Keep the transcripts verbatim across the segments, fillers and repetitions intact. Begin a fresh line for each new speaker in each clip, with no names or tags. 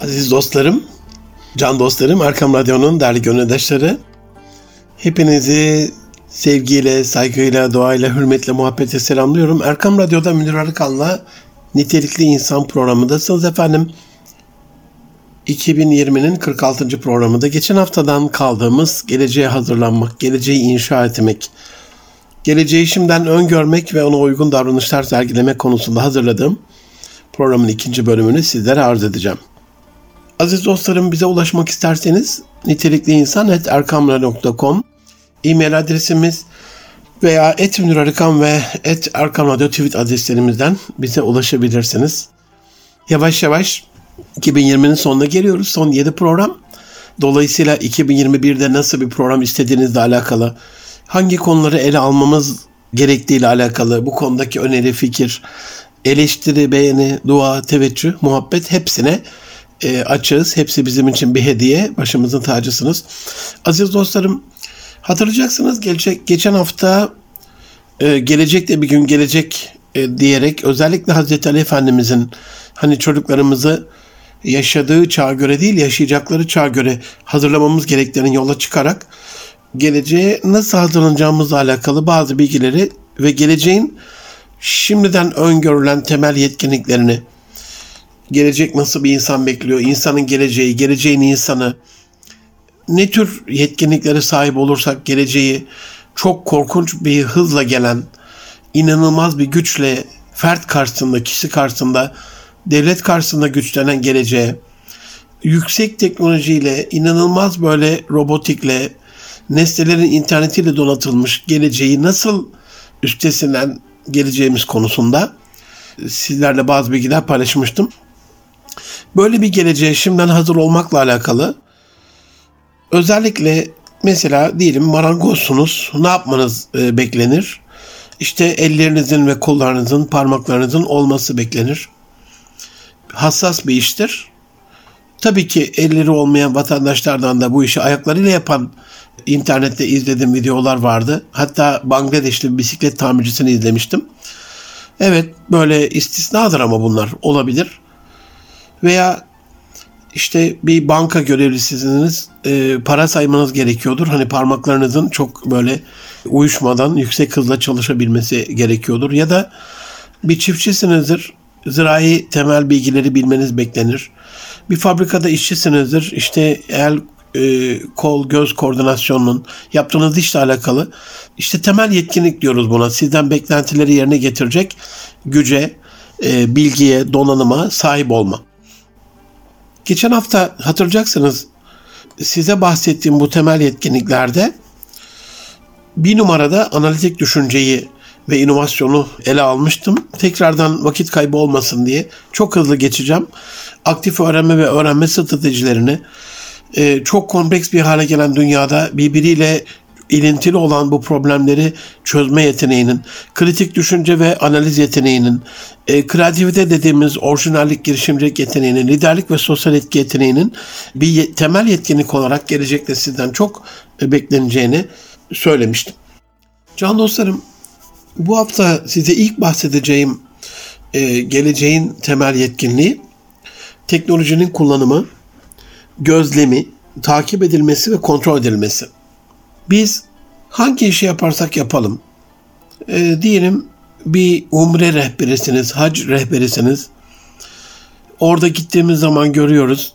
Aziz dostlarım, can dostlarım, Erkam Radyo'nun değerli gönüldaşları, hepinizi sevgiyle, saygıyla, duayla, hürmetle, muhabbetle selamlıyorum. Erkam Radyo'da Münir Arıkan'la Nitelikli İnsan programındasınız efendim. iki bin yirminin kırk altıncı programında geçen haftadan kaldığımız geleceğe hazırlanmak, geleceği inşa etmek, geleceği şimdiden öngörmek ve ona uygun davranışlar sergilemek konusunda hazırladığım programın ikinci bölümünü sizlere arz edeceğim. Aziz dostlarım, bize ulaşmak isterseniz nitelikliinsan at erkamradyo nokta com e-mail adresimiz veya et Münir Arıkan ve et erkamradyo tweet adreslerimizden bize ulaşabilirsiniz. Yavaş yavaş iki bin yirminin sonuna geliyoruz. Son yedi program. Dolayısıyla iki bin yirmi birde nasıl bir program istediğinizle alakalı, hangi konuları ele almamız gerektiğiyle alakalı, bu konudaki öneri, fikir, eleştiri, beğeni, dua, teveccüh, muhabbet hepsine e, açığız. Hepsi bizim için bir hediye. Başımızın tacısınız. Aziz dostlarım, hatırlayacaksınız gelecek, geçen hafta e, gelecek de bir gün gelecek e, diyerek özellikle Hazreti Ali Efendimizin hani çocuklarımızı yaşadığı çağa göre değil, yaşayacakları çağa göre hazırlamamız gerektiğini yola çıkarak geleceğe nasıl hazırlanacağımızla alakalı bazı bilgileri ve geleceğin şimdiden öngörülen temel yetkinliklerini, gelecek nasıl bir insan bekliyor, insanın geleceği, geleceğin insanı, ne tür yetkinliklere sahip olursak geleceği çok korkunç bir hızla gelen, inanılmaz bir güçle fert karşısında, kişi karşısında, devlet karşısında güçlenen geleceğe, yüksek teknolojiyle, inanılmaz böyle robotikle, nesnelerin internetiyle donatılmış geleceği nasıl üstesinden geleceğimiz konusunda sizlerle bazı bilgiler paylaşmıştım. Böyle bir geleceğe şimdiden hazır olmakla alakalı özellikle mesela diyelim marangozsunuz, ne yapmanız e, beklenir? İşte ellerinizin ve kollarınızın, parmaklarınızın olması beklenir. Hassas bir iştir. Tabii ki elleri olmayan vatandaşlardan da bu işi ayaklarıyla yapan internette izlediğim videolar vardı. Hatta Bangladeşli bir bisiklet tamircisini izlemiştim. Evet, böyle istisnadır ama bunlar olabilir. Veya işte bir banka görevlisiniz, e, para saymanız gerekiyordur. Hani parmaklarınızın çok böyle uyuşmadan yüksek hızla çalışabilmesi gerekiyordur. Ya da bir çiftçisinizdir, zirai temel bilgileri bilmeniz beklenir. Bir fabrikada işçisinizdir, işte el, e, kol, göz koordinasyonunun, yaptığınız işle alakalı işte temel yetkinlik diyoruz buna. Sizden beklentileri yerine getirecek güce, e, bilgiye, donanıma sahip olma. Geçen hafta hatırlayacaksınız, size bahsettiğim bu temel yetkinliklerde bir numarada analitik düşünceyi ve inovasyonu ele almıştım. Tekrardan vakit kaybı olmasın diye çok hızlı geçeceğim. Aktif öğrenme ve öğrenme stratejilerini, e, çok kompleks bir hale gelen dünyada birbiriyle ilintili olan bu problemleri çözme yeteneğinin, kritik düşünce ve analiz yeteneğinin, e, kreativite dediğimiz orijinallik, girişimcilik yeteneğinin, liderlik ve sosyal etki yeteneğinin bir ye- temel yetkinlik olarak gelecekte sizden çok e, bekleneceğini söylemiştim. Can dostlarım, bu hafta size ilk bahsedeceğim e, geleceğin temel yetkinliği, teknolojinin kullanımı, gözlemi, takip edilmesi ve kontrol edilmesi. Biz hangi işi yaparsak yapalım, e, diyelim bir umre rehberisiniz, hac rehberisiniz. Orada gittiğimiz zaman görüyoruz,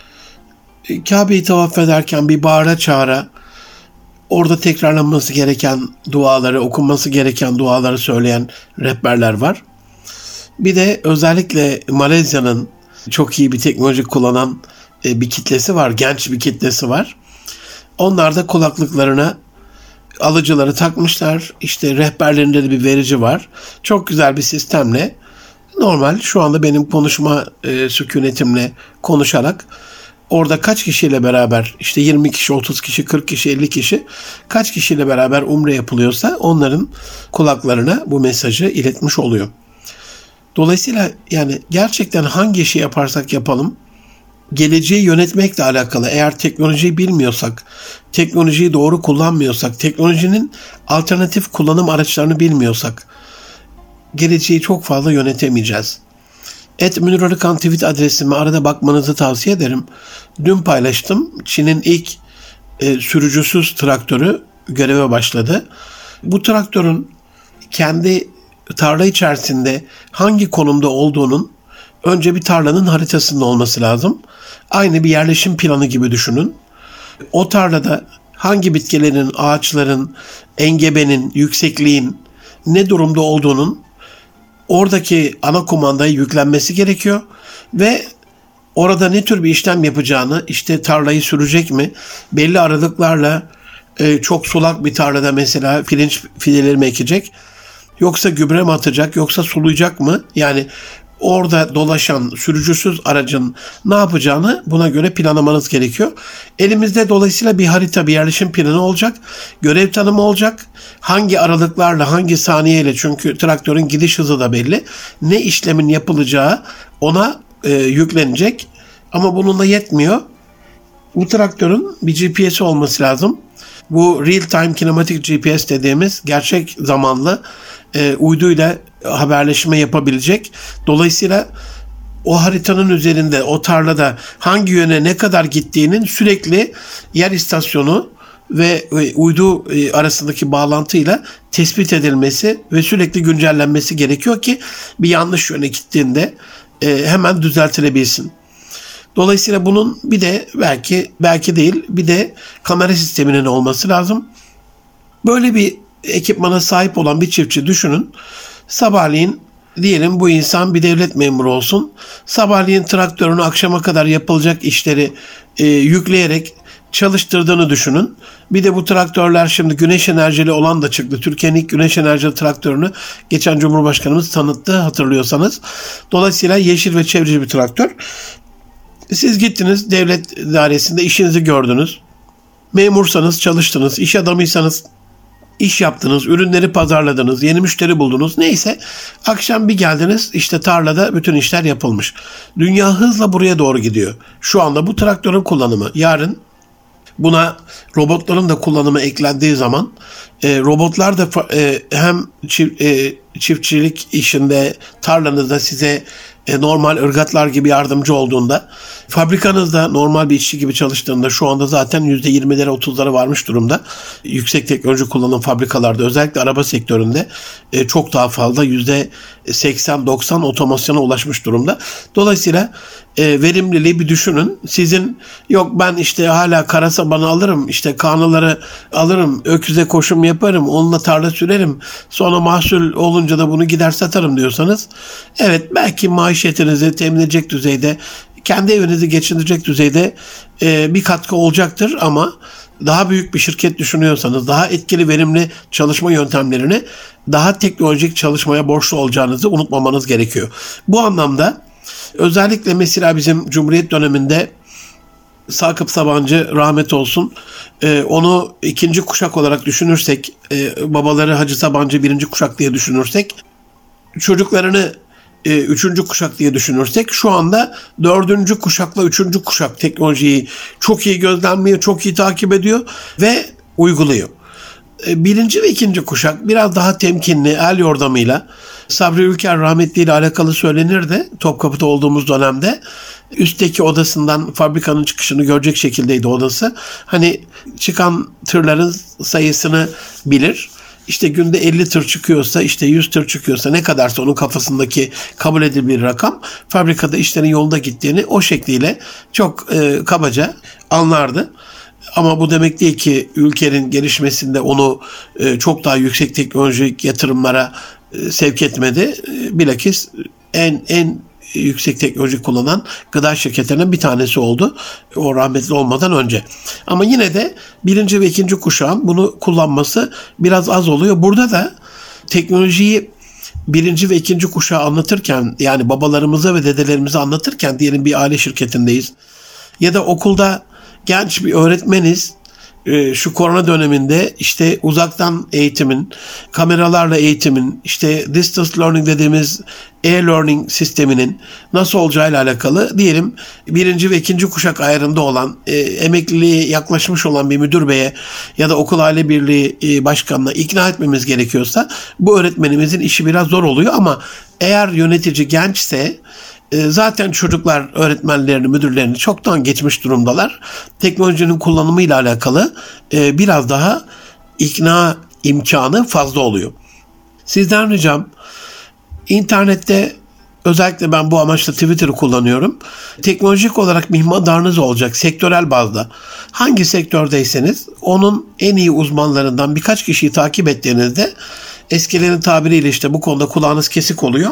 e, Kabe'yi tavaf ederken bir bağıra çağıra, orada tekrarlanması gereken duaları, okunması gereken duaları söyleyen rehberler var. Bir de özellikle Malezya'nın çok iyi bir teknoloji kullanan e, bir kitlesi var, genç bir kitlesi var. Onlar da kulaklıklarına alıcıları takmışlar. İşte rehberlerinde de bir verici var. Çok güzel bir sistemle normal şu anda benim konuşma e, sükunetimle konuşarak orada kaç kişiyle beraber, işte yirmi kişi, otuz kişi, kırk kişi, elli kişi kaç kişiyle beraber umre yapılıyorsa onların kulaklarına bu mesajı iletmiş oluyor. Dolayısıyla yani gerçekten hangi işi yaparsak yapalım, geleceği yönetmekle alakalı, eğer teknolojiyi bilmiyorsak, teknolojiyi doğru kullanmıyorsak, teknolojinin alternatif kullanım araçlarını bilmiyorsak geleceği çok fazla yönetemeyeceğiz. et Münir Arıkan tweet adresime arada bakmanızı tavsiye ederim. Dün paylaştım. Çin'in ilk e, sürücüsüz traktörü göreve başladı. Bu traktörün kendi tarla içerisinde hangi konumda olduğunun önce bir tarlanın haritasında olması lazım. Aynı bir yerleşim planı gibi düşünün. O tarlada hangi bitkilerin, ağaçların, engebenin, yüksekliğin ne durumda olduğunun oradaki ana kumandaya yüklenmesi gerekiyor ve orada ne tür bir işlem yapacağını, işte tarlayı sürecek mi, belli aralıklarla e, çok sulak bir tarlada mesela pirinç fideleri mi ekecek, yoksa gübre mi atacak, yoksa sulayacak mı? Yani orada dolaşan sürücüsüz aracın ne yapacağını buna göre planlamanız gerekiyor. Elimizde dolayısıyla bir harita, bir yerleşim planı olacak. Görev tanımı olacak. Hangi aralıklarla, hangi saniyeyle, çünkü traktörün gidiş hızı da belli. Ne işlemin yapılacağı ona e, yüklenecek. Ama bununla yetmiyor. Bu traktörün bir G P S'i olması lazım. Bu Real Time Kinematic G P S dediğimiz gerçek zamanlı e, uyduyla haberleşme yapabilecek. Dolayısıyla o haritanın üzerinde, o tarlada hangi yöne ne kadar gittiğinin sürekli yer istasyonu ve uydu arasındaki bağlantıyla tespit edilmesi ve sürekli güncellenmesi gerekiyor ki bir yanlış yöne gittiğinde e, hemen düzeltilebilsin. Dolayısıyla bunun bir de belki belki değil bir de kamera sisteminin olması lazım. Böyle bir ekipmana sahip olan bir çiftçi düşünün. Sabahleyin diyelim bu insan bir devlet memuru olsun. Sabahleyin traktörünü akşama kadar yapılacak işleri e, yükleyerek çalıştırdığını düşünün. Bir de bu traktörler şimdi güneş enerjili olan da çıktı. Türkiye'nin ilk güneş enerjili traktörünü geçen Cumhurbaşkanımız tanıttı, hatırlıyorsanız. Dolayısıyla yeşil ve çevreci bir traktör. Siz gittiniz devlet dairesinde işinizi gördünüz. Memursanız çalıştınız, iş adamıysanız iş yaptınız, ürünleri pazarladınız, yeni müşteri buldunuz. Neyse akşam bir geldiniz, işte tarlada bütün işler yapılmış. Dünya hızla buraya doğru gidiyor. Şu anda bu traktörün kullanımı, yarın buna robotların da kullanımı eklendiği zaman e, robotlar da e, hem çift, e, çiftçilik işinde tarlanızda size e, normal ırgatlar gibi yardımcı olduğunda, fabrikanızda normal bir işçi gibi çalıştığında şu anda zaten yüzde yirmilere otuzlara varmış durumda. Yüksek teknoloji kullanan fabrikalarda özellikle araba sektöründe e, çok daha fazla yüzde seksen doksan otomasyona ulaşmış durumda. Dolayısıyla e, verimliliği bir düşünün. Sizin yok ben işte hala kara sabanı alırım, işte kanıları alırım, öküze koşum yaparım, onunla tarla sürerim, sonra mahsul olunca da bunu gider satarım diyorsanız, evet belki maişetinizi temin edecek düzeyde, kendi evinizi geçindirecek düzeyde e, bir katkı olacaktır ama daha büyük bir şirket düşünüyorsanız, daha etkili, verimli çalışma yöntemlerini, daha teknolojik çalışmaya borçlu olacağınızı unutmamanız gerekiyor. Bu anlamda özellikle mesela bizim Cumhuriyet döneminde Sakıp Sabancı rahmet olsun, e, onu ikinci kuşak olarak düşünürsek, e, babaları Hacı Sabancı birinci kuşak diye düşünürsek, çocuklarını e, üçüncü kuşak diye düşünürsek, şu anda dördüncü kuşakla üçüncü kuşak teknolojiyi çok iyi gözlemliyor, çok iyi takip ediyor ve uyguluyor. E, birinci ve ikinci kuşak biraz daha temkinli, el yordamıyla, Sabri Ülker rahmetli ile alakalı söylenirdi Topkapı'da olduğumuz dönemde. Üstteki odasından fabrikanın çıkışını görecek şekildeydi odası. Hani çıkan tırların sayısını bilir. İşte günde elli tır çıkıyorsa, işte yüz tır çıkıyorsa, ne kadarsa onun kafasındaki kabul edilebilir rakam, fabrikada işlerin yolunda gittiğini o şekliyle çok e, kabaca anlardı. Ama bu demek değil ki ülkenin gelişmesinde onu e, çok daha yüksek teknolojik yatırımlara e, sevk etmedi. E, bilakis en en yüksek teknoloji kullanan gıda şirketlerinin bir tanesi oldu. O rahmetli olmadan önce. Ama yine de birinci ve ikinci kuşağın bunu kullanması biraz az oluyor. Burada da teknolojiyi birinci ve ikinci kuşağı anlatırken, yani babalarımıza ve dedelerimize anlatırken, diyelim bir aile şirketindeyiz ya da okulda genç bir öğretmeniz, şu korona döneminde işte uzaktan eğitimin, kameralarla eğitimin, işte distance learning dediğimiz e-learning sisteminin nasıl olacağıyla alakalı, diyelim birinci ve ikinci kuşak ayarında olan, e, emekliliğe yaklaşmış olan bir müdür beye ya da okul aile birliği e, başkanına ikna etmemiz gerekiyorsa, bu öğretmenimizin işi biraz zor oluyor. Ama eğer yönetici gençse, E, zaten çocuklar öğretmenlerini, müdürlerini çoktan geçmiş durumdalar. Teknolojinin kullanımıyla alakalı e, biraz daha ikna imkanı fazla oluyor. Sizden ricam, internette özellikle ben bu amaçla Twitter'ı kullanıyorum. Teknolojik olarak mihmandarınız olacak sektörel bazda. Hangi sektördeyseniz onun en iyi uzmanlarından birkaç kişiyi takip ettiğinizde eskilerin tabiriyle işte bu konuda kulağınız kesik oluyor.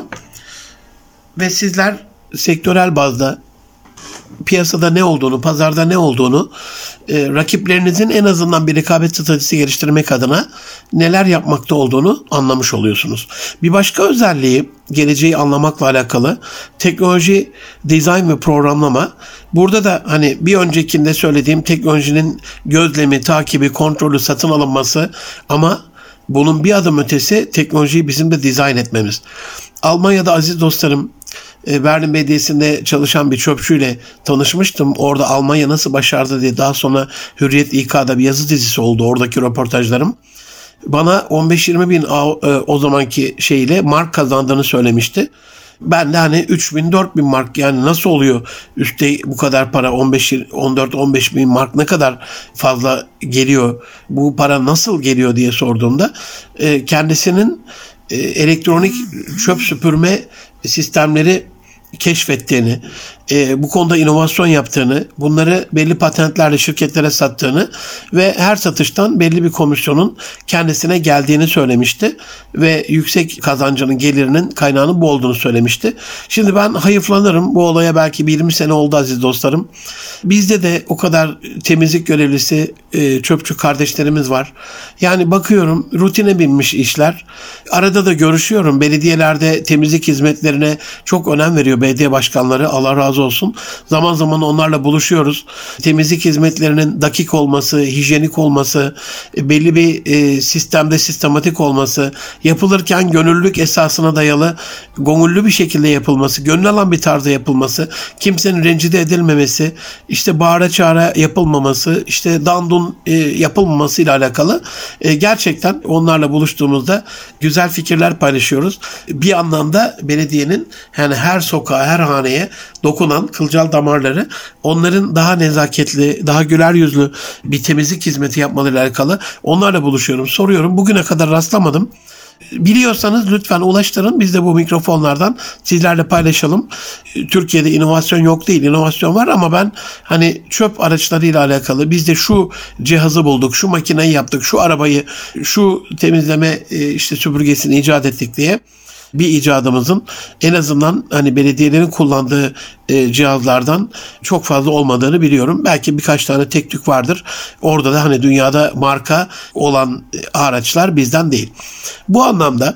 Ve sizler sektörel bazda piyasada ne olduğunu, pazarda ne olduğunu, e, rakiplerinizin en azından bir rekabet stratejisi geliştirmek adına neler yapmakta olduğunu anlamış oluyorsunuz. Bir başka özelliği, geleceği anlamakla alakalı teknoloji, dizayn ve programlama. Burada da hani bir öncekinde söylediğim teknolojinin gözlemi, takibi, kontrolü, satın alınması, ama bunun bir adım ötesi teknolojiyi bizim de dizayn etmemiz. Almanya'da aziz dostlarım, Berlin Belediyesi'nde çalışan bir çöpçüyle tanışmıştım. Orada Almanya nasıl başardı diye daha sonra Hürriyet İK'da bir yazı dizisi oldu, oradaki röportajlarım. Bana on beş yirmi bin o zamanki şeyle mark kazandığını söylemişti. Ben de hani üç bin dört bin mark, yani nasıl oluyor üstte bu kadar para, on beş on dört on beş bin mark ne kadar fazla geliyor, bu para nasıl geliyor diye sorduğumda kendisinin elektronik çöp süpürme sistemleri keşfettiğini, e, bu konuda inovasyon yaptığını, bunları belli patentlerle şirketlere sattığını ve her satıştan belli bir komisyonun kendisine geldiğini söylemişti ve yüksek kazancının, gelirinin kaynağının bu olduğunu söylemişti. Şimdi ben hayıflanırım. Bu olaya belki bir yirmi sene oldu aziz dostlarım. Bizde de o kadar temizlik görevlisi, e, çöpçü kardeşlerimiz var. Yani bakıyorum rutine binmiş işler. Arada da görüşüyorum. Belediyelerde temizlik hizmetlerine çok önem veriyor belediye başkanları. Allah razı olsun. Zaman zaman onlarla buluşuyoruz. Temizlik hizmetlerinin dakik olması, hijyenik olması, belli bir e, sistemde sistematik olması, yapılırken gönüllülük esasına dayalı, gönüllü bir şekilde yapılması, gönül alan bir tarzda yapılması, kimsenin rencide edilmemesi, işte bağıra çağıra yapılmaması, işte dandun e, yapılmaması ile alakalı e, gerçekten onlarla buluştuğumuzda güzel fikirler paylaşıyoruz. Bir anlamda belediyenin yani her sokağa, her haneye dokunan kılcal damarları, onların daha nezaketli, daha güler yüzlü bir temizlik hizmeti yapmalarıyla alakalı onlarla buluşuyorum, soruyorum. Bugüne kadar rastlamadım. Biliyorsanız lütfen ulaştırın. Biz de bu mikrofonlardan sizlerle paylaşalım. Türkiye'de inovasyon yok değil. İnovasyon var ama ben hani çöp araçlarıyla alakalı biz de şu cihazı bulduk, şu makineyi yaptık, şu arabayı, şu temizleme işte süpürgesini icat ettik diye bir icadımızın en azından hani belediyelerin kullandığı e, cihazlardan çok fazla olmadığını biliyorum. Belki birkaç tane tek tük vardır. Orada da hani dünyada marka olan e, araçlar bizden değil. Bu anlamda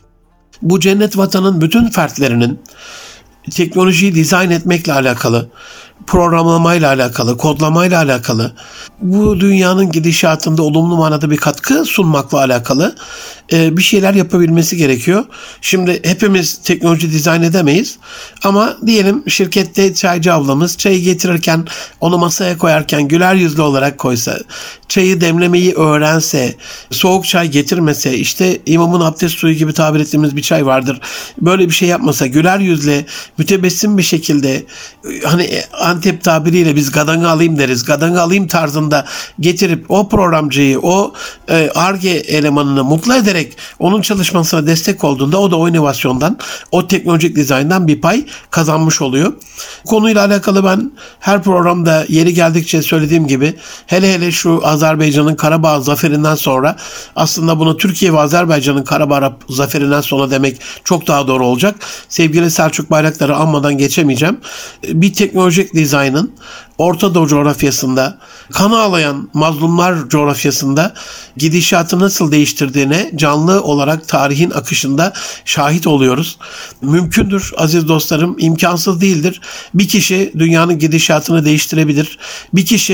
bu cennet vatanın bütün fertlerinin teknolojiyi dizayn etmekle alakalı, programlamayla alakalı, kodlamayla alakalı, bu dünyanın gidişatında olumlu manada bir katkı sunmakla alakalı e, bir şeyler yapabilmesi gerekiyor. Şimdi hepimiz teknoloji dizayn edemeyiz ama diyelim şirkette çaycı ablamız çayı getirirken, onu masaya koyarken güler yüzlü olarak koysa, çayı demlemeyi öğrense, soğuk çay getirmese, işte imamın abdest suyu gibi tabir ettiğimiz bir çay vardır. Böyle bir şey yapmasa, güler yüzle, mütebessim bir şekilde, hani Antep tabiriyle biz gadanga alayım deriz. Gadanga alayım tarzında getirip o programcıyı, o Ar-Ge elemanını mutlu ederek onun çalışmasına destek olduğunda o da o inovasyondan, o teknolojik dizayndan bir pay kazanmış oluyor. Konuyla alakalı ben her programda yeri geldikçe söylediğim gibi, hele hele şu Azerbaycan'ın Karabağ zaferinden sonra, aslında bunu Türkiye ve Azerbaycan'ın Karabağ zaferinden sonra demek çok daha doğru olacak. Sevgili Selçuk Bayraktar'ı anmadan geçemeyeceğim. Bir teknolojik dizaynın Orta Doğu coğrafyasında, kan ağlayan mazlumlar coğrafyasında gidişatı nasıl değiştirdiğine canlı olarak tarihin akışında şahit oluyoruz. Mümkündür aziz dostlarım, imkansız değildir. Bir kişi dünyanın gidişatını değiştirebilir. Bir kişi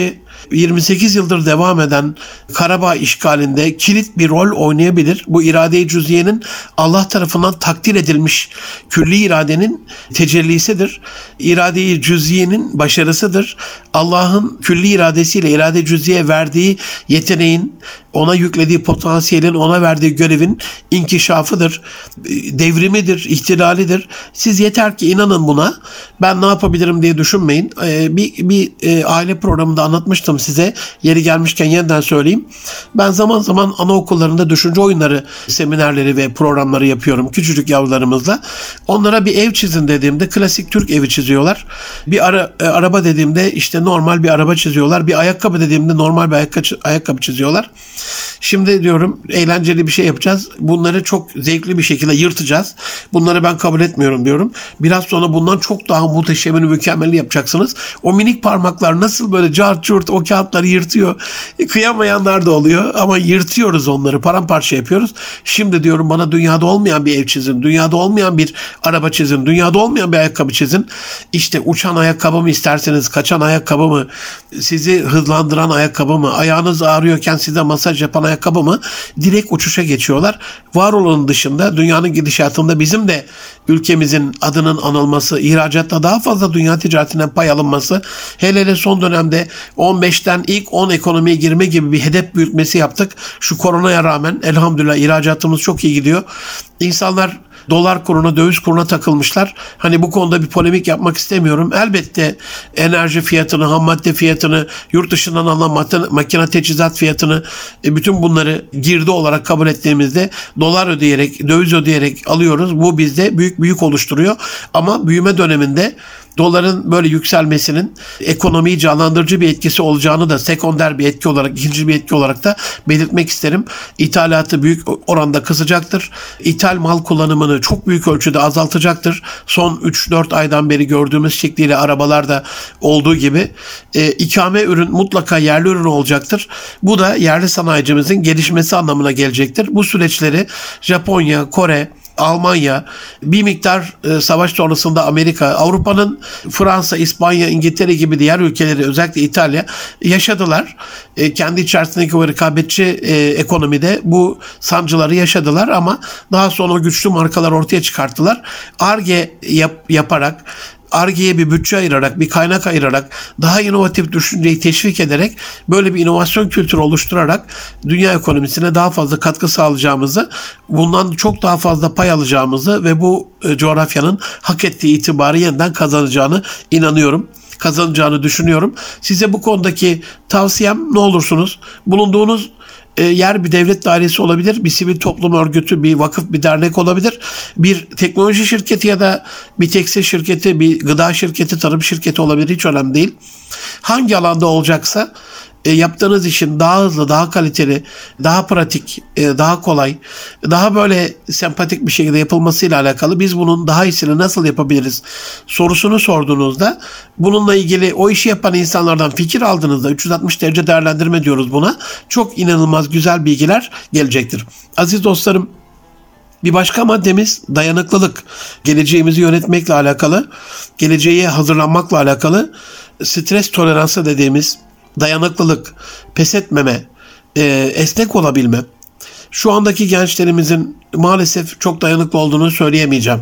yirmi sekiz yıldır devam eden Karabağ işgalinde kilit bir rol oynayabilir. Bu irade-i cüziyenin Allah tarafından takdir edilmiş külli iradenin tecellisidir. İrade-i cüziyenin başarısıdır. Allah'ın külli iradesiyle irade-i cüziye verdiği yeteneğin, ona yüklediği potansiyelin, ona verdiği görevin inkişafıdır. Devrimidir, ihtilalidir. Siz yeter ki inanın buna. Ben ne yapabilirim diye düşünmeyin. Ee, bir bir e, aile programında anlatmıştım size. Yeri gelmişken yeniden söyleyeyim. Ben zaman zaman anaokullarında düşünce oyunları seminerleri ve programları yapıyorum küçücük yavrularımızla. Onlara bir ev çizin dediğimde klasik Türk evi çiziyorlar. Bir ara, e, araba dediğimde işte normal bir araba çiziyorlar. Bir ayakkabı dediğimde normal bir ayakkabı, ayakkabı çiziyorlar. Şimdi diyorum eğlenceli bir şey yapacağız. Bunları çok zevkli bir şekilde yırtacağız. Bunları ben kabul etmiyorum diyorum. Biraz sonra bundan çok daha muhteşemini, mükemmeli yapacaksınız. O minik parmaklar nasıl böyle cart curt o kağıtları yırtıyor. E, kıyamayanlar da oluyor ama yırtıyoruz onları. Paramparça yapıyoruz. Şimdi diyorum bana dünyada olmayan bir ev çizin. Dünyada olmayan bir araba çizin. Dünyada olmayan bir ayakkabı çizin. İşte uçan ayakkabı mı isterseniz, kaçan ayakkabı mı, sizi hızlandıran ayakkabı mı, ayağınız ağrıyorken size masaj yapan ayakkabı mı, direkt uçuşa geçiyorlar. Var olanın dışında dünyanın gidişatında bizim de ülkemizin adının anılması, ihracatta daha fazla dünya ticaretinden pay alınması, hele hele son dönemde on beşten ilk on ekonomiye girme gibi bir hedef büyütmesi yaptık. Şu koronaya rağmen elhamdülillah ihracatımız çok iyi gidiyor. İnsanlar dolar kuruna, döviz kuruna takılmışlar. Hani bu konuda bir polemik yapmak istemiyorum. Elbette enerji fiyatını, ham madde fiyatını, yurt dışından alınan makine teçhizat fiyatını, bütün bunları girdi olarak kabul ettiğimizde dolar ödeyerek, döviz ödeyerek alıyoruz. Bu bizde büyük büyük oluşturuyor. Ama büyüme döneminde doların böyle yükselmesinin ekonomiyi canlandırıcı bir etkisi olacağını da sekonder bir etki olarak, ikinci bir etki olarak da belirtmek isterim. İthalatı büyük oranda kısacaktır. İthal mal kullanımını çok büyük ölçüde azaltacaktır. Son üç dört aydan beri gördüğümüz şekliyle arabalarda olduğu gibi e, ikame ürün mutlaka yerli ürün olacaktır. Bu da yerli sanayicimizin gelişmesi anlamına gelecektir. Bu süreçleri Japonya, Kore, Almanya, bir miktar e, savaş sonrasında Amerika, Avrupa'nın Fransa, İspanya, İngiltere gibi diğer ülkeleri, özellikle İtalya yaşadılar. E, kendi içerisindeki o rekabetçi e, ekonomide bu sancıları yaşadılar ama daha sonra o güçlü markalar ortaya çıkarttılar. Ar-Ge yap, yaparak, Ar-Ge'ye bir bütçe ayırarak, bir kaynak ayırarak, daha inovatif düşünceyi teşvik ederek, böyle bir inovasyon kültürü oluşturarak dünya ekonomisine daha fazla katkı sağlayacağımızı, bundan çok daha fazla pay alacağımızı ve bu e, coğrafyanın hak ettiği itibarı yeniden kazanacağını inanıyorum. Kazanacağını düşünüyorum. Size bu konudaki tavsiyem ne olursunuz? Bulunduğunuz yer bir devlet dairesi olabilir, bir sivil toplum örgütü, bir vakıf, bir dernek olabilir, bir teknoloji şirketi ya da bir tekstil şirketi, bir gıda şirketi, tarım şirketi olabilir, hiç önemli değil. Hangi alanda olacaksa e, yaptığınız işin daha hızlı, daha kaliteli, daha pratik, e, daha kolay, daha böyle sempatik bir şekilde yapılmasıyla alakalı biz bunun daha iyisini nasıl yapabiliriz sorusunu sorduğunuzda, bununla ilgili o işi yapan insanlardan fikir aldığınızda, üç yüz altmış derece değerlendirme diyoruz buna, çok inanılmaz güzel bilgiler gelecektir. Aziz dostlarım, bir başka maddemiz dayanıklılık. Geleceğimizi yönetmekle alakalı, geleceğe hazırlanmakla alakalı stres toleransı dediğimiz dayanıklılık, pes etmeme, e, esnek olabilme. Şu andaki gençlerimizin maalesef çok dayanıklı olduğunu söyleyemeyeceğim.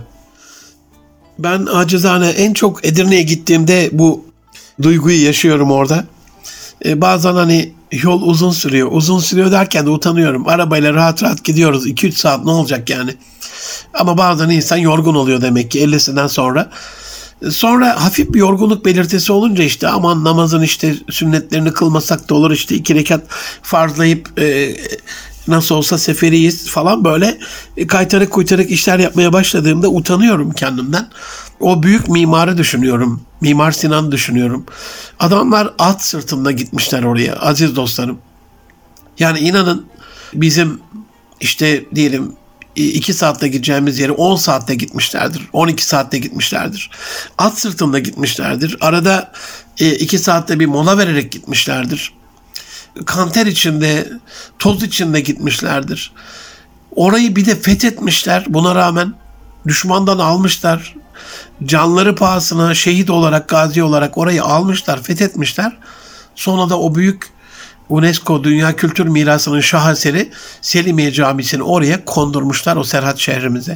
Ben acizane en çok Edirne'ye gittiğimde bu duyguyu yaşıyorum orada. E, bazen hani yol uzun sürüyor. Uzun sürüyor derken de utanıyorum. Arabayla rahat rahat gidiyoruz. iki üç saat ne olacak yani? Ama bazen insan yorgun oluyor demek ki ellisinden sonra. Sonra hafif bir yorgunluk belirtisi olunca işte aman namazın işte sünnetlerini kılmasak da olur, işte iki rekat farzlayıp e, nasıl olsa seferiyiz falan, böyle kaytarık kuytarık işler yapmaya başladığımda utanıyorum kendimden. O büyük mimarı düşünüyorum. Mimar Sinan düşünüyorum. Adamlar at sırtında gitmişler oraya aziz dostlarım. Yani inanın bizim işte diyelim iki saatte gideceğimiz yere on saatte gitmişlerdir. on iki saatte gitmişlerdir. At sırtında gitmişlerdir. Arada iki saatte bir mola vererek gitmişlerdir. Kanter içinde, toz içinde gitmişlerdir. Orayı bir de fethetmişler. Buna rağmen düşmandan almışlar. Canları pahasına şehit olarak, gazi olarak orayı almışlar, fethetmişler. Sonra da o büyük UNESCO Dünya Kültür Mirası'nın şaheseri Selimiye Camisi'ni oraya kondurmuşlar, o Serhat şehrimize.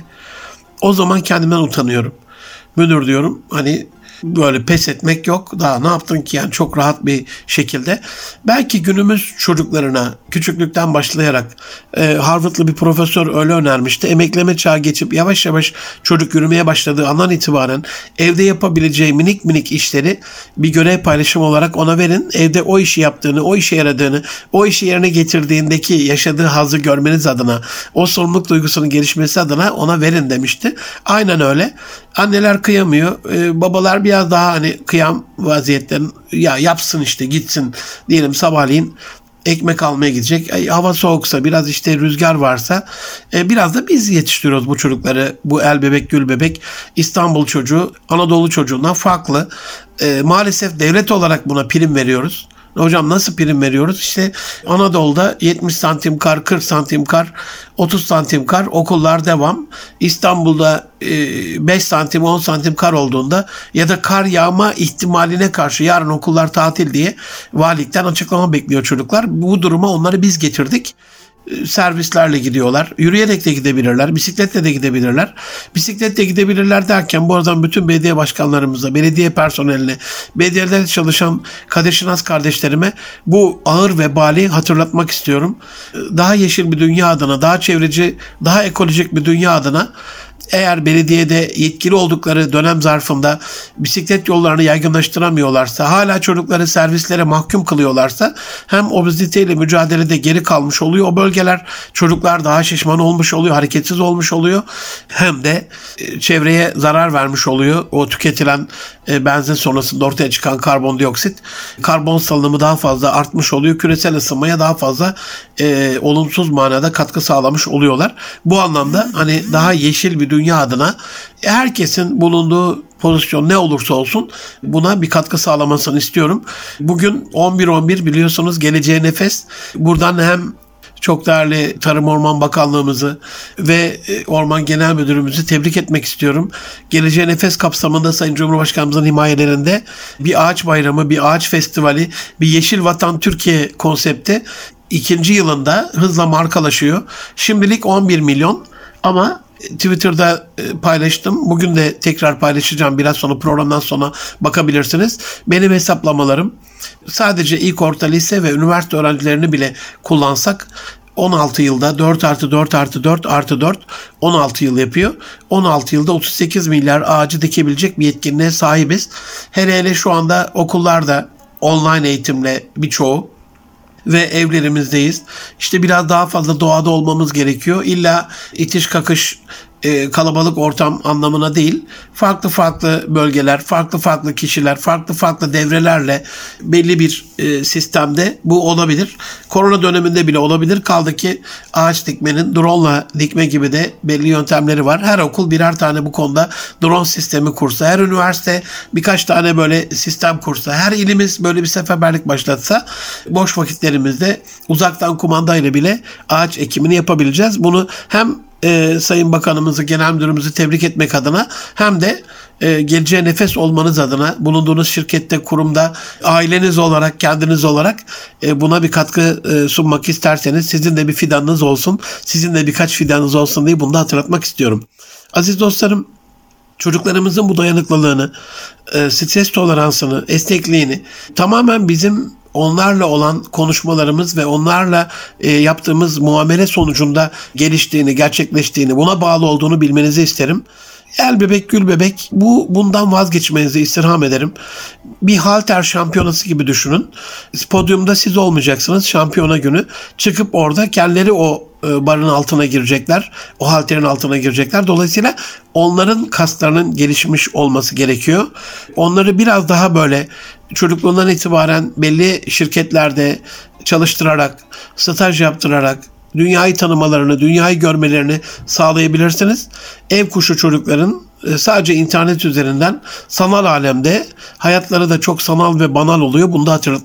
O zaman kendimden utanıyorum. Müdür diyorum, hani böyle pes etmek yok. Daha ne yaptın ki yani, çok rahat bir şekilde. Belki günümüz çocuklarına küçüklükten başlayarak e, Harvard'lı bir profesör öyle önermişti. Emekleme çağı geçip yavaş yavaş çocuk yürümeye başladığı andan itibaren evde yapabileceği minik minik işleri bir görev paylaşımı olarak ona verin. Evde o işi yaptığını, o işe yaradığını, o işi yerine getirdiğindeki yaşadığı hazzı görmeniz adına, o sorumluluk duygusunun gelişmesi adına ona verin demişti. Aynen öyle. Anneler kıyamıyor. Ee, babalar biraz daha hani kıyam vaziyetten, ya yapsın işte, gitsin diyelim sabahleyin ekmek almaya gidecek. Ay, hava soğuksa, biraz işte rüzgar varsa e, biraz da biz yetiştiriyoruz bu çocukları. Bu el bebek gül bebek İstanbul çocuğu Anadolu çocuğundan farklı. E, maalesef devlet olarak buna prim veriyoruz. Hocam nasıl prim veriyoruz? İşte Anadolu'da yetmiş santim kar, kırk santim kar, otuz santim kar, okullar devam. İstanbul'da beş santim, on santim kar olduğunda ya da kar yağma ihtimaline karşı yarın okullar tatil diye valilikten açıklama bekliyor çocuklar. Bu duruma onları biz getirdik. Servislerle gidiyorlar. Yürüyerek de gidebilirler. Bisikletle de gidebilirler. Bisikletle gidebilirler derken bu aradan bütün belediye başkanlarımıza, belediye personeline, belediyelerde çalışan Kadeşinas kardeşlerime bu ağır vebali hatırlatmak istiyorum. Daha yeşil bir dünya adına, daha çevreci, daha ekolojik bir dünya adına, eğer belediyede yetkili oldukları dönem zarfında bisiklet yollarını yaygınlaştıramıyorlarsa, hala çocukları servislere mahkum kılıyorlarsa, hem obeziteyle mücadelede geri kalmış oluyor o bölgeler, çocuklar daha şişman olmuş oluyor, hareketsiz olmuş oluyor, hem de çevreye zarar vermiş oluyor. O tüketilen benzin sonrasında ortaya çıkan karbondioksit, karbon salınımı daha fazla artmış oluyor. Küresel ısınmaya daha fazla e, olumsuz manada katkı sağlamış oluyorlar. Bu anlamda hani daha yeşil bir dünya adına herkesin bulunduğu pozisyon ne olursa olsun buna bir katkı sağlamasını istiyorum. Bugün on bir on bir biliyorsunuz Geleceğe Nefes. Buradan hem çok değerli Tarım Orman Bakanlığımızı ve Orman Genel Müdürümüzü tebrik etmek istiyorum. Geleceğe Nefes kapsamında Sayın Cumhurbaşkanımızın himayelerinde bir ağaç bayramı, bir ağaç festivali, bir Yeşil Vatan Türkiye konsepti ikinci yılında hızla markalaşıyor. Şimdilik on bir milyon ama Twitter'da paylaştım. Bugün de tekrar paylaşacağım. Biraz sonra, programdan sonra bakabilirsiniz. Benim hesaplamalarım, sadece ilk orta lise ve üniversite öğrencilerini bile kullansak on altı yılda dört artı dört artı dört artı dört on altı yıl yapıyor. on altı yılda otuz sekiz milyar ağacı dikebilecek bir yetkinliğe sahibiz. Hele hele şu anda okullarda online eğitimle birçoğu ve evlerimizdeyiz. İşte biraz daha fazla doğada olmamız gerekiyor. İlla itiş kakış e, kalabalık ortam anlamına değil. Farklı farklı bölgeler, farklı farklı kişiler, farklı farklı devrelerle belli bir e, sistemde bu olabilir. Korona döneminde bile olabilir. Kaldı ki ağaç dikmenin drone'la dikme gibi de belli yöntemleri var. Her okul birer tane bu konuda drone sistemi kursa, her üniversite birkaç tane böyle sistem kursa, her ilimiz böyle bir seferberlik başlatsa, boş vakitlerimizde uzaktan kumandayla bile ağaç ekimini yapabileceğiz. Bunu hem e, Sayın Bakanımızı, Genel Müdürümüzü tebrik etmek adına hem de e, geleceğe nefes olmanız adına, bulunduğunuz şirkette, kurumda, aileniz olarak, kendiniz olarak e, buna bir katkı e, sunmak isterseniz sizin de bir fidanınız olsun, sizin de birkaç fidanınız olsun diye bunu da hatırlatmak istiyorum. Aziz dostlarım, çocuklarımızın bu dayanıklılığını, e, stres toleransını, esnekliğini tamamen bizim onlarla olan konuşmalarımız ve onlarla e, yaptığımız muamele sonucunda geliştiğini, gerçekleştiğini, buna bağlı olduğunu bilmenizi isterim. El bebek gül bebek, bu bundan vazgeçmenizi istirham ederim. Bir halter şampiyonası gibi düşünün. Podyumda siz olmayacaksınız şampiyona günü. Çıkıp orada kendileri o e, barın altına girecekler. O halterin altına girecekler. Dolayısıyla onların kaslarının gelişmiş olması gerekiyor. Onları biraz daha böyle çocukluğundan itibaren belli şirketlerde çalıştırarak, staj yaptırarak, dünyayı tanımalarını, dünyayı görmelerini sağlayabilirsiniz. Ev kuşu çocukların sadece internet üzerinden sanal alemde hayatları da çok sanal ve banal oluyor. Bunu da hatırlatmak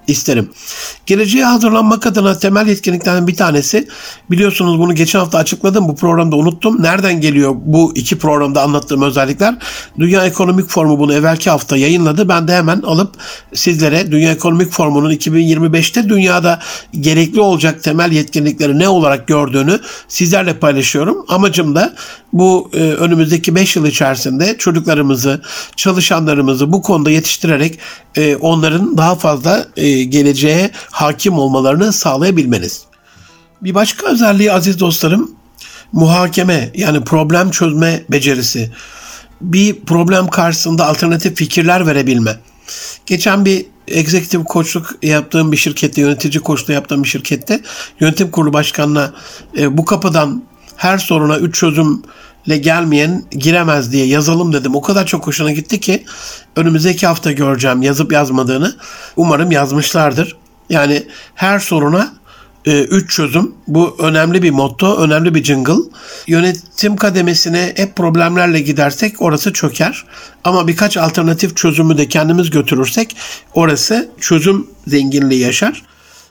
isterim. Geleceğe hazırlanmak adına temel yetkinliklerden bir tanesi, biliyorsunuz bunu geçen hafta açıkladım, bu programda unuttum. Nereden geliyor bu iki programda anlattığım özellikler? Dünya Ekonomik Forumu bunu evvelki hafta yayınladı. Ben de hemen alıp sizlere Dünya Ekonomik Forumu'nun iki bin yirmi beşte dünyada gerekli olacak temel yetkinlikleri ne olarak gördüğünü sizlerle paylaşıyorum. Amacım da bu e, önümüzdeki beş yıl içerisinde çocuklarımızı, çalışanlarımızı bu konuda yetiştirerek e, onların daha fazla e, geleceğe hakim olmalarını sağlayabilmeniz. Bir başka özelliği aziz dostlarım, muhakeme, yani problem çözme becerisi. Bir problem karşısında alternatif fikirler verebilme. Geçen bir executive koçluk yaptığım bir şirkette, yönetici koçluğu yaptığım bir şirkette yönetim kurulu başkanına e, bu kapıdan her soruna üç çözümle gelmeyen giremez diye yazalım dedim. O kadar çok hoşuna gitti ki önümüzdeki hafta göreceğim yazıp yazmadığını. Umarım yazmışlardır. Yani her soruna üç çözüm. Bu önemli bir motto, önemli bir jingle. Yönetim kademesine hep problemlerle gidersek orası çöker. Ama birkaç alternatif çözümü de kendimiz götürürsek orası çözüm zenginliği yaşar.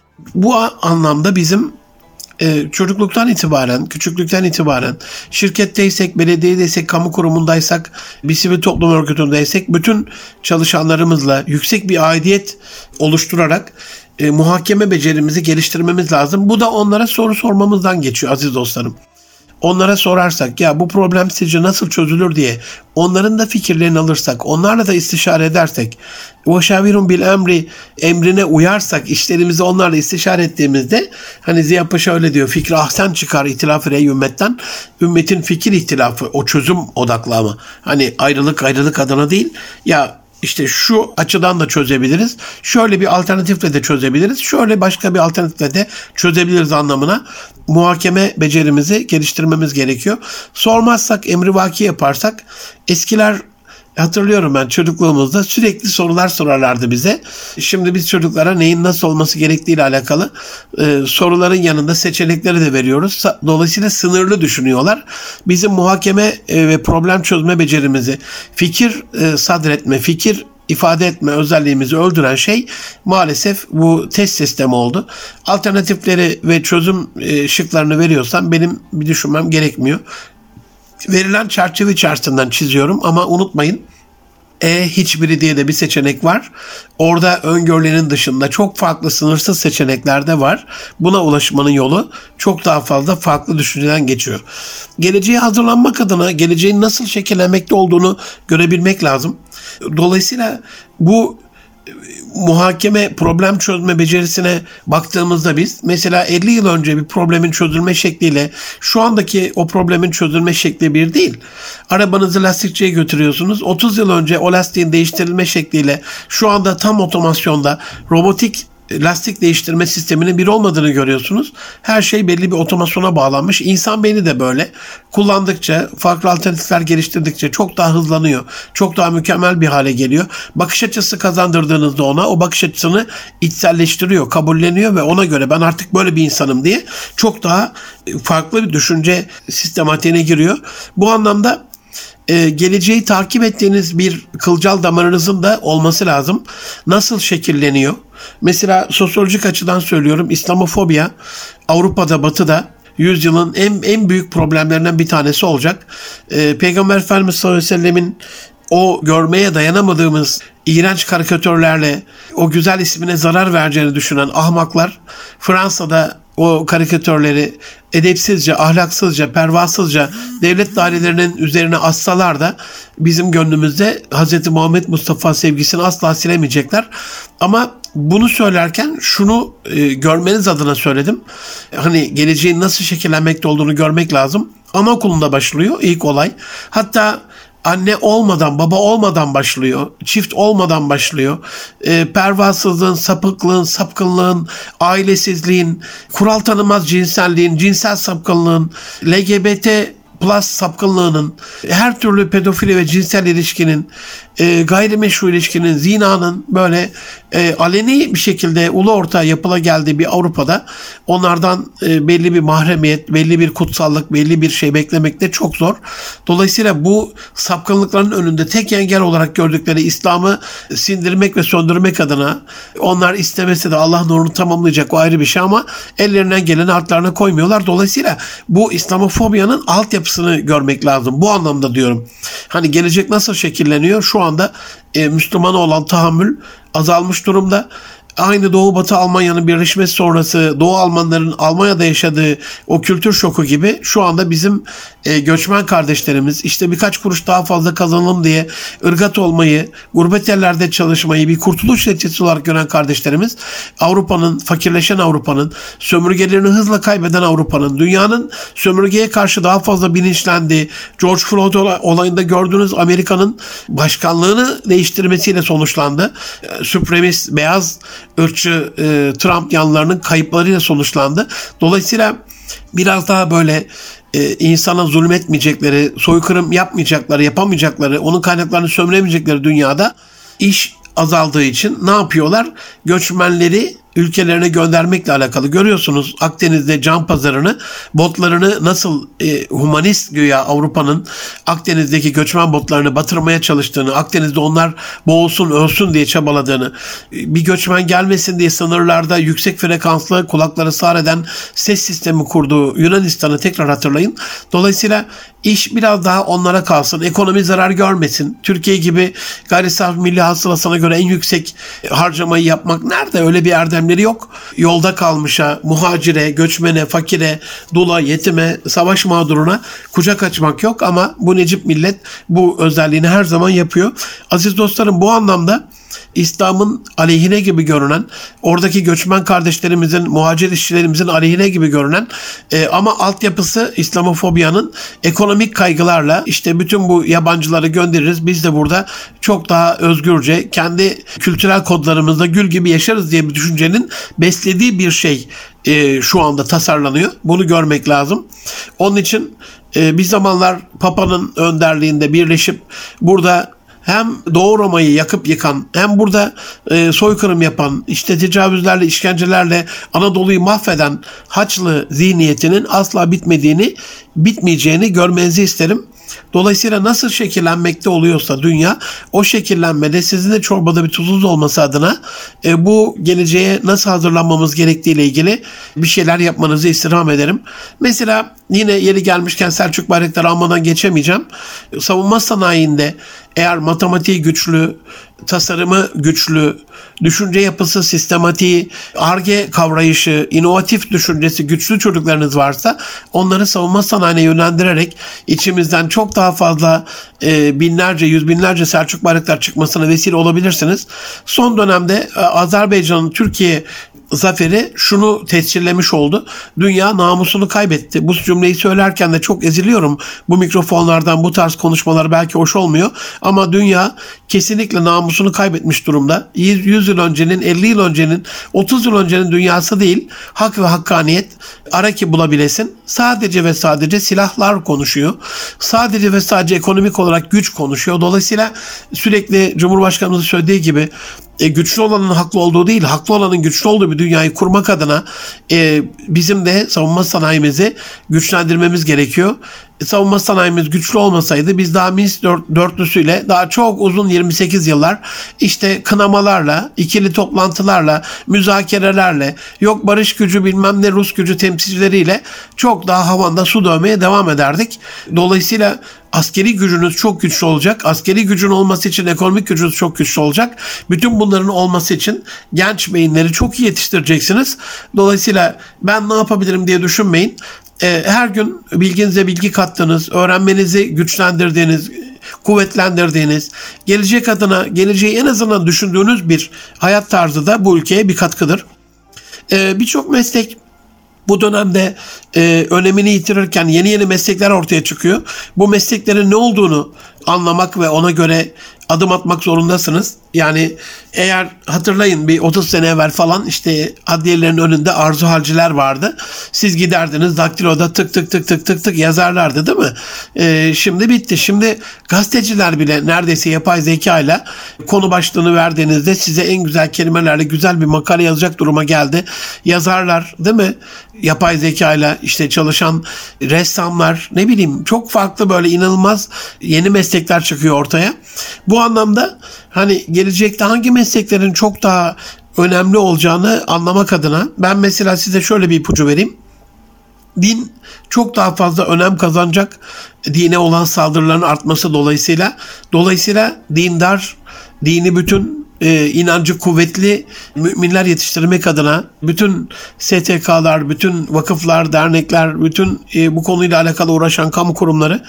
Bu anlamda bizim e, çocukluktan itibaren, küçüklükten itibaren şirketteysek, belediyedeysek, kamu kurumundaysak, bir sivil toplum örgütündeysek bütün çalışanlarımızla yüksek bir aidiyet oluşturarak E, muhakeme becerimizi geliştirmemiz lazım. Bu da onlara soru sormamızdan geçiyor aziz dostlarım. Onlara sorarsak, ya bu problem sizce nasıl çözülür diye onların da fikirlerini alırsak, onlarla da istişare edersek, وَشَاوِرُمْ بِالْاَمْرِ emrine uyarsak, işlerimizi onlarla istişare ettiğimizde, hani Ziya Paşa öyle diyor, fikri ahsen çıkar itilaf-ı rey ümmetten, ümmetin fikir ihtilafı, o çözüm odaklı ama. Hani ayrılık ayrılık adına değil, ya İşte şu açıdan da çözebiliriz. Şöyle bir alternatifle de çözebiliriz. Şöyle başka bir alternatifle de çözebiliriz anlamına muhakeme becerimizi geliştirmemiz gerekiyor. Sormazsak, emrivaki yaparsak, eskiler, hatırlıyorum ben çocukluğumuzda sürekli sorular sorarlardı bize. Şimdi biz çocuklara neyin nasıl olması gerektiğiyle alakalı e, soruların yanında seçenekleri de veriyoruz. Dolayısıyla sınırlı düşünüyorlar. Bizim muhakeme e, ve problem çözme becerimizi, fikir e, sadretme, fikir ifade etme özelliğimizi öldüren şey maalesef bu test sistemi oldu. Alternatifleri ve çözüm e, şıklarını veriyorsam benim bir düşünmem gerekmiyor. Verilen çerçeve içerisinden çiziyorum ama unutmayın, E hiçbiri diye de bir seçenek var. Orada öngörülenin dışında çok farklı sınırsız seçenekler de var. Buna ulaşmanın yolu çok daha fazla farklı düşünceden geçiyor. Geleceğe hazırlanmak adına geleceğin nasıl şekillenmekte olduğunu görebilmek lazım. Dolayısıyla bu muhakeme, problem çözme becerisine baktığımızda biz mesela elli yıl önce bir problemin çözülme şekliyle şu andaki o problemin çözülme şekli bir değil. Arabanızı lastikçiye götürüyorsunuz. otuz yıl önce o lastiğin değiştirilme şekliyle şu anda tam otomasyonda robotik lastik değiştirme sisteminin bir olmadığını görüyorsunuz. Her şey belli bir otomasyona bağlanmış. İnsan beyni de böyle. Kullandıkça, farklı alternatifler geliştirdikçe çok daha hızlanıyor. Çok daha mükemmel bir hale geliyor. Bakış açısı kazandırdığınızda ona o bakış açısını içselleştiriyor, kabulleniyor ve ona göre ben artık böyle bir insanım diye çok daha farklı bir düşünce sistematiğine giriyor. Bu anlamda Ee, geleceği takip ettiğiniz bir kılcal damarınızın da olması lazım. Nasıl şekilleniyor? Mesela sosyolojik açıdan söylüyorum, İslamofobiya Avrupa'da, Batı'da yüzyılın en en büyük problemlerinden bir tanesi olacak. Ee, Peygamber Efendimiz sallallahu aleyhi ve sellemin o görmeye dayanamadığımız iğrenç karikatürlerle o güzel ismine zarar vereceğini düşünen ahmaklar Fransa'da o karikatürleri edepsizce, ahlaksızca, pervasızca devlet dairelerinin üzerine assalar da bizim gönlümüzde Hz. Muhammed Mustafa sevgisini asla silemeyecekler. Ama bunu söylerken şunu e, görmeniz adına söyledim. Hani geleceğin nasıl şekillenmekte olduğunu görmek lazım. Anaokulunda başlıyor ilk olay. Hatta anne olmadan, baba olmadan başlıyor. Çift olmadan başlıyor. E, pervasızlığın, sapıklığın, sapkınlığın, ailesizliğin, kural tanımaz cinselliğin, cinsel sapkınlığın, L G B T plus sapkınlığının, her türlü pedofili ve cinsel ilişkinin, e, gayrimeşru ilişkinin, zinanın böyle e, aleni bir şekilde ulu orta yapıla geldiği bir Avrupa'da onlardan e, belli bir mahremiyet, belli bir kutsallık, belli bir şey beklemek de çok zor. Dolayısıyla bu sapkınlıkların önünde tek engel olarak gördükleri İslam'ı sindirmek ve söndürmek adına, onlar istemese de Allah nurunu tamamlayacak, o ayrı bir şey, ama ellerinden geleni artlarına koymuyorlar. Dolayısıyla bu İslamofobiyanın altyapısını görmek lazım. Bu anlamda diyorum. Hani gelecek nasıl şekilleniyor? Şu anda e, Müslümana olan tahammül azalmış durumda. Aynı Doğu Batı Almanya'nın birleşmesi sonrası Doğu Almanların Almanya'da yaşadığı o kültür şoku gibi şu anda bizim e, göçmen kardeşlerimiz işte birkaç kuruş daha fazla kazanalım diye ırgat olmayı, gurbet yerlerde çalışmayı bir kurtuluş neticesi olarak gören kardeşlerimiz, Avrupa'nın, fakirleşen Avrupa'nın, sömürgelerini hızla kaybeden Avrupa'nın, dünyanın sömürgeye karşı daha fazla bilinçlendiği, George Floyd olayında gördüğünüz Amerika'nın başkanlığını değiştirmesiyle sonuçlandı. E, Supremist, beyaz ırkçı e, Trump yanlarının kayıplarıyla sonuçlandı. Dolayısıyla biraz daha böyle e, insana zulmetmeyecekleri, soykırım yapmayacakları, yapamayacakları, onun kaynaklarını sömüremeyecekleri dünyada iş azaldığı için ne yapıyorlar? Göçmenleri ülkelerine göndermekle alakalı. Görüyorsunuz Akdeniz'de can pazarını, botlarını nasıl e, humanist güya Avrupa'nın Akdeniz'deki göçmen botlarını batırmaya çalıştığını, Akdeniz'de onlar boğulsun, ölsün diye çabaladığını, bir göçmen gelmesin diye sınırlarda yüksek frekanslı, kulakları sağır eden ses sistemi kurduğu Yunanistan'ı tekrar hatırlayın. Dolayısıyla iş biraz daha onlara kalsın. Ekonomi zarar görmesin. Türkiye gibi gayri safi milli hasılasına göre en yüksek harcamayı yapmak nerede? Öyle bir erdemleri yok. Yolda kalmışa, muhacire, göçmene, fakire, dula, yetime, savaş mağduruna kucak açmak yok, ama bu Necip millet bu özelliğini her zaman yapıyor. Aziz dostlarım, bu anlamda İslam'ın aleyhine gibi görünen, oradaki göçmen kardeşlerimizin, muhacir işçilerimizin aleyhine gibi görünen e, ama altyapısı İslamofobiyanın ekonomik kaygılarla, işte bütün bu yabancıları göndeririz, biz de burada çok daha özgürce kendi kültürel kodlarımızda gül gibi yaşarız diye bir düşüncenin beslediği bir şey e, şu anda tasarlanıyor. Bunu görmek lazım. Onun için e, bir zamanlar Papa'nın önderliğinde birleşip burada hem Doğu Roma'yı yakıp yıkan, hem burada e, soykırım yapan, işte tecavüzlerle, işkencelerle Anadolu'yu mahveden Haçlı zihniyetinin asla bitmediğini, bitmeyeceğini görmenizi isterim. Dolayısıyla nasıl şekillenmekte oluyorsa dünya, o şekillenmede sizin de çorbada bir tuzunuz olması adına e, bu geleceğe nasıl hazırlanmamız gerektiği ile ilgili bir şeyler yapmanızı istirham ederim. Mesela yine yeri gelmişken Selçuk Bayraktar'ı almadan geçemeyeceğim. Savunma sanayinde eğer matematiği güçlü, tasarımı güçlü, düşünce yapısı, sistematiği, Ar-Ge kavrayışı, inovatif düşüncesi güçlü çocuklarınız varsa onları savunma sanayine yönlendirerek içimizden çok daha fazla e, binlerce, yüz binlerce Selçuk Bayraktar çıkmasına vesile olabilirsiniz. Son dönemde e, Azerbaycan'ın Türkiye zaferi şunu tescillemiş oldu. Dünya namusunu kaybetti. Bu cümleyi söylerken de çok eziliyorum. Bu mikrofonlardan bu tarz konuşmalar belki hoş olmuyor. Ama dünya kesinlikle namusunu kaybetmiş durumda. yüz yıl öncenin, elli yıl öncenin, otuz yıl öncenin dünyası değil. Hak ve hakkaniyet ara ki bulabilesin. Sadece ve sadece silahlar konuşuyor. Sadece ve sadece ekonomik olarak güç konuşuyor. Dolayısıyla sürekli Cumhurbaşkanımızın söylediği gibi E, güçlü olanın haklı olduğu değil, haklı olanın güçlü olduğu bir dünyayı kurmak adına e, bizim de savunma sanayimizi güçlendirmemiz gerekiyor. E, savunma sanayimiz güçlü olmasaydı biz daha Minsk dörtlüsüyle daha çok uzun yirmi sekiz yıllar işte kınamalarla, ikili toplantılarla, müzakerelerle, yok barış gücü bilmem ne Rus gücü temsilcileriyle çok daha havanda su dövmeye devam ederdik. Dolayısıyla askeri gücünüz çok güçlü olacak. Askeri gücün olması için ekonomik gücünüz çok güçlü olacak. Bütün bunların olması için genç beyinleri çok iyi yetiştireceksiniz. Dolayısıyla ben ne yapabilirim diye düşünmeyin. Her gün bilginize bilgi kattığınız, öğrenmenizi güçlendirdiğiniz, kuvvetlendirdiğiniz, gelecek adına, geleceği en azından düşündüğünüz bir hayat tarzı da bu ülkeye bir katkıdır. Birçok meslek bu dönemde e, önemini yitirirken yeni yeni meslekler ortaya çıkıyor. Bu mesleklerin ne olduğunu anlamak ve ona göre adım atmak zorundasınız. Yani eğer hatırlayın bir otuz sene evvel falan işte adliyelerin önünde arzu halciler vardı. Siz giderdiniz daktiloda tık tık tık tık tık tık yazarlardı değil mi? Ee, şimdi bitti. Şimdi gazeteciler bile neredeyse yapay zeka ile konu başlığını verdiğinizde size en güzel kelimelerle güzel bir makale yazacak duruma geldi. Yazarlar değil mi? Yapay zeka ile işte çalışan ressamlar, ne bileyim, çok farklı böyle inanılmaz yeni meslekler çıkıyor ortaya. Bu anlamda hani gelecekte hangi mesleklerin çok daha önemli olacağını anlamak adına ben mesela size şöyle bir ipucu vereyim. Din çok daha fazla önem kazanacak, dine olan saldırıların artması dolayısıyla. Dolayısıyla dindar, dini bütün e, inancı kuvvetli müminler yetiştirmek adına bütün S T K'lar, bütün vakıflar, dernekler, bütün e, bu konuyla alakalı uğraşan kamu kurumları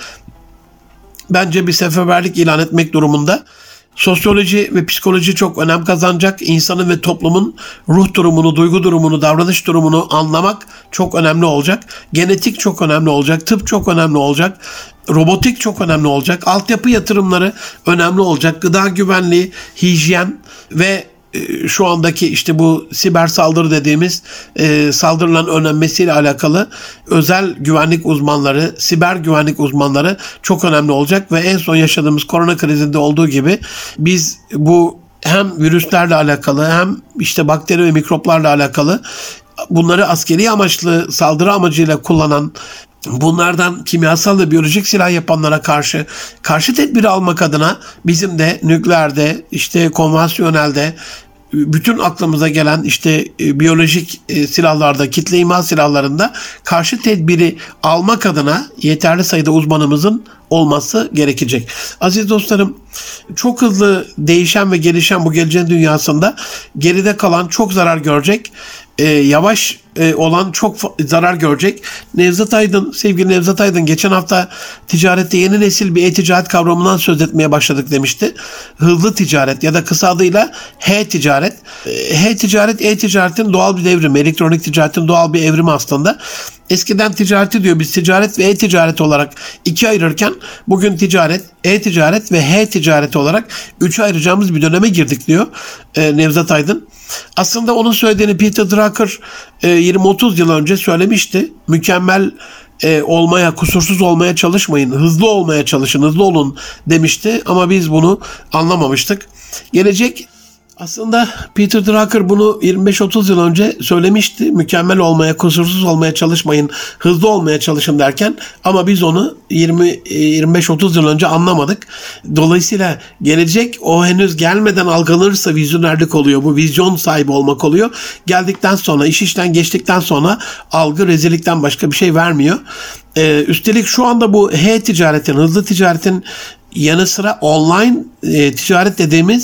bence bir seferberlik ilan etmek durumunda. Sosyoloji ve psikoloji çok önem kazanacak. İnsanın ve toplumun ruh durumunu, duygu durumunu, davranış durumunu anlamak çok önemli olacak. Genetik çok önemli olacak. Tıp çok önemli olacak. Robotik çok önemli olacak. Altyapı yatırımları önemli olacak. Gıda güvenliği, hijyen ve şu andaki işte bu siber saldırı dediğimiz e, saldırıların önlenmesiyle alakalı özel güvenlik uzmanları, siber güvenlik uzmanları çok önemli olacak ve en son yaşadığımız korona krizinde olduğu gibi biz bu hem virüslerle alakalı hem işte bakteri ve mikroplarla alakalı bunları askeri amaçlı saldırı amacıyla kullanan, bunlardan kimyasal ve biyolojik silah yapanlara karşı karşı tedbiri almak adına bizim de nükleerde, işte konvansiyonelde, bütün aklımıza gelen işte e, biyolojik e, silahlarda, kitle imha silahlarında karşı tedbiri almak adına yeterli sayıda uzmanımızın olması gerekecek. Aziz dostlarım, çok hızlı değişen ve gelişen bu geleceğin dünyasında geride kalan çok zarar görecek, e, yavaş e, olan çok zarar görecek. Nevzat Aydın, sevgili Nevzat Aydın geçen hafta ticarette yeni nesil bir e-ticaret kavramından söz etmeye başladık demişti. Hızlı ticaret ya da kısa adıyla H-ticaret. E, H-ticaret, e-ticaretin doğal bir devrimi, elektronik ticaretin doğal bir evrimi aslında. Eskiden ticareti diyor biz ticaret ve e-ticaret olarak iki ayırırken bugün ticaret, e-ticaret ve H-ticaret olarak üçe ayıracağımız bir döneme girdik diyor e, Nevzat Aydın. Aslında onun söylediğini Peter Drucker e, yirmi otuz yıl önce söylemişti. Mükemmel e, olmaya, kusursuz olmaya çalışmayın, hızlı olmaya çalışın, hızlı olun demişti ama biz bunu anlamamıştık. Gelecek Aslında Peter Drucker bunu yirmi beş otuz yıl önce söylemişti. Mükemmel olmaya, kusursuz olmaya çalışmayın, hızlı olmaya çalışın derken, ama biz onu yirmi yirmi beş otuz yıl önce anlamadık. Dolayısıyla gelecek o henüz gelmeden algılanırsa vizyonerlik oluyor. Bu vizyon sahibi olmak oluyor. Geldikten sonra, iş işten geçtikten sonra algı rezillikten başka bir şey vermiyor. Ee, üstelik şu anda bu H-ticaretin, hızlı ticaretin yanı sıra online e, ticaret dediğimiz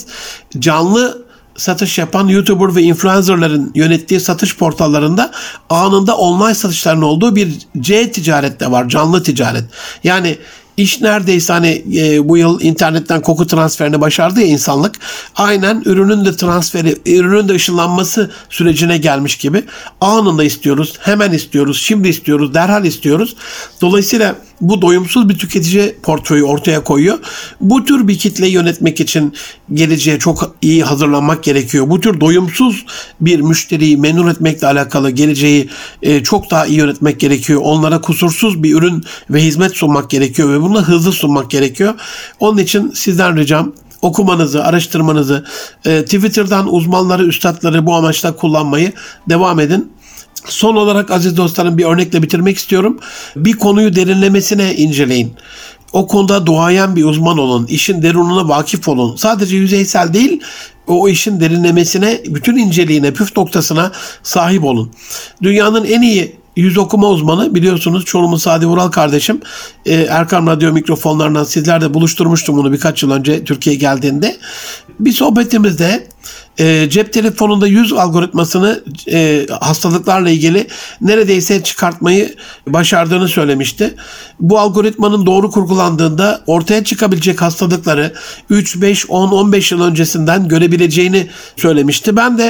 canlı satış yapan YouTuber ve influencerların yönettiği satış portallarında anında online satışların olduğu bir C-ticaret de var. Canlı ticaret. Yani İş neredeyse hani e, bu yıl internetten koku transferini başardı ya insanlık. Aynen ürünün de transferi, ürünün de ışınlanması sürecine gelmiş gibi. Anında istiyoruz, hemen istiyoruz, şimdi istiyoruz, derhal istiyoruz. Dolayısıyla bu doyumsuz bir tüketici portföyü ortaya koyuyor. Bu tür bir kitleyi yönetmek için geleceğe çok iyi hazırlanmak gerekiyor. Bu tür doyumsuz bir müşteriyi memnun etmekle alakalı geleceği e, çok daha iyi yönetmek gerekiyor. Onlara kusursuz bir ürün ve hizmet sunmak gerekiyor ve bunu hızlı sunmak gerekiyor. Onun için sizden ricam okumanızı, araştırmanızı, e, Twitter'dan uzmanları, üstadları bu amaçla kullanmayı devam edin. Son olarak aziz dostlarım bir örnekle bitirmek istiyorum. Bir konuyu derinlemesine inceleyin. O konuda duayen bir uzman olun. İşin derinine vakıf olun. Sadece yüzeysel değil, o işin derinlemesine, bütün inceliğine, püf noktasına sahip olun. Dünyanın en iyi yüz okuma uzmanı biliyorsunuz Çorumlu Sadi Vural kardeşim. Ee, Erkam Radyo mikrofonlarından sizlerle buluşturmuştum bunu birkaç yıl önce Türkiye'ye geldiğinde. Bir sohbetimizde e, cep telefonunda yüz algoritmasını e, hastalıklarla ilgili neredeyse çıkartmayı başardığını söylemişti. Bu algoritmanın doğru kurgulandığında ortaya çıkabilecek hastalıkları üç, beş, on, on beş yıl öncesinden görebileceğini söylemişti. Ben de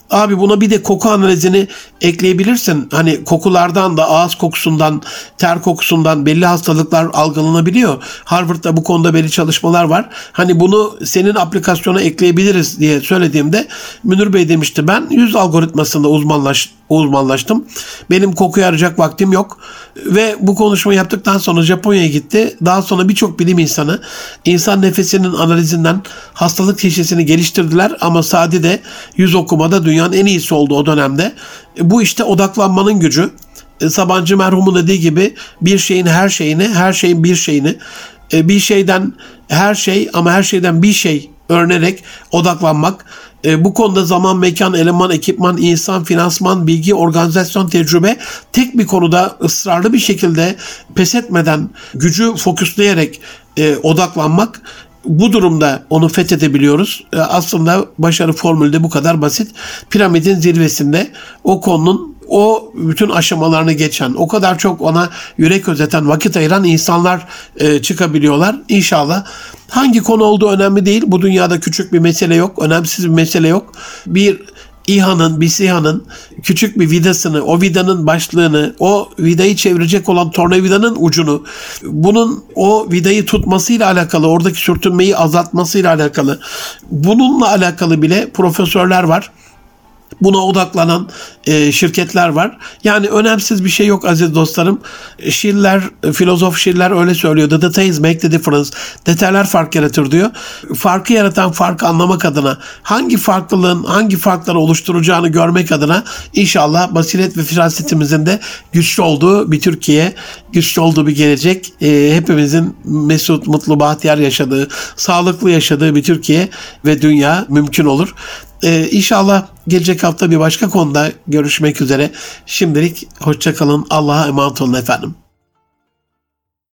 Abi buna bir de koku analizini ekleyebilirsin. Hani kokulardan da, ağız kokusundan, ter kokusundan belli hastalıklar algılanabiliyor. Harvard'da bu konuda belli çalışmalar var. Hani bunu senin aplikasyona ekleyebiliriz diye söylediğimde Münir Bey demişti, ben yüz algoritmasında uzmanlaş, uzmanlaştım. Benim kokuyu arayacak vaktim yok. Ve bu konuşmayı yaptıktan sonra Japonya'ya gitti. Daha sonra birçok bilim insanı insan nefesinin analizinden hastalık teşhisini geliştirdiler. Ama Sadi'de yüz okumada dünyanın en iyisi oldu o dönemde. Bu işte odaklanmanın gücü. Sabancı merhumun dediği gibi bir şeyin her şeyini, her şeyin bir şeyini, bir şeyden her şey ama her şeyden bir şey öğrenerek odaklanmak. Bu konuda zaman, mekan, eleman, ekipman, insan, finansman, bilgi, organizasyon, tecrübe, tek bir konuda ısrarlı bir şekilde pes etmeden gücü fokusleyerek e, odaklanmak. Bu durumda onu fethedebiliyoruz. E, aslında başarı formülü de bu kadar basit. Piramidin zirvesinde o konunun o bütün aşamalarını geçen, o kadar çok ona yürek özeten, vakit ayıran insanlar e, çıkabiliyorlar. İnşallah. Hangi konu olduğu önemli değil. Bu dünyada küçük bir mesele yok. Önemsiz bir mesele yok. Bir İHA'nın, bir SİHA'nın küçük bir vidasını, o vidanın başlığını, o vidayı çevirecek olan tornavidanın ucunu, bunun o vidayı tutmasıyla alakalı, oradaki sürtünmeyi azaltmasıyla alakalı, bununla alakalı bile profesörler var. Buna odaklanan e, şirketler var. Yani önemsiz bir şey yok aziz dostlarım. Schiller, filozof Schiller öyle söylüyor. The details make the difference. Detaylar fark yaratır diyor. Farkı yaratan farkı anlamak adına, hangi farklılığın hangi farkları oluşturacağını görmek adına inşallah basiret ve firasetimizin de güçlü olduğu bir Türkiye, güçlü olduğu bir gelecek, e, hepimizin mesut, mutlu, bahtiyar yaşadığı, sağlıklı yaşadığı bir Türkiye ve dünya mümkün olur. Ee, inşallah gelecek hafta bir başka konuda görüşmek üzere. Şimdilik hoşça kalın. Allah'a emanet olun efendim.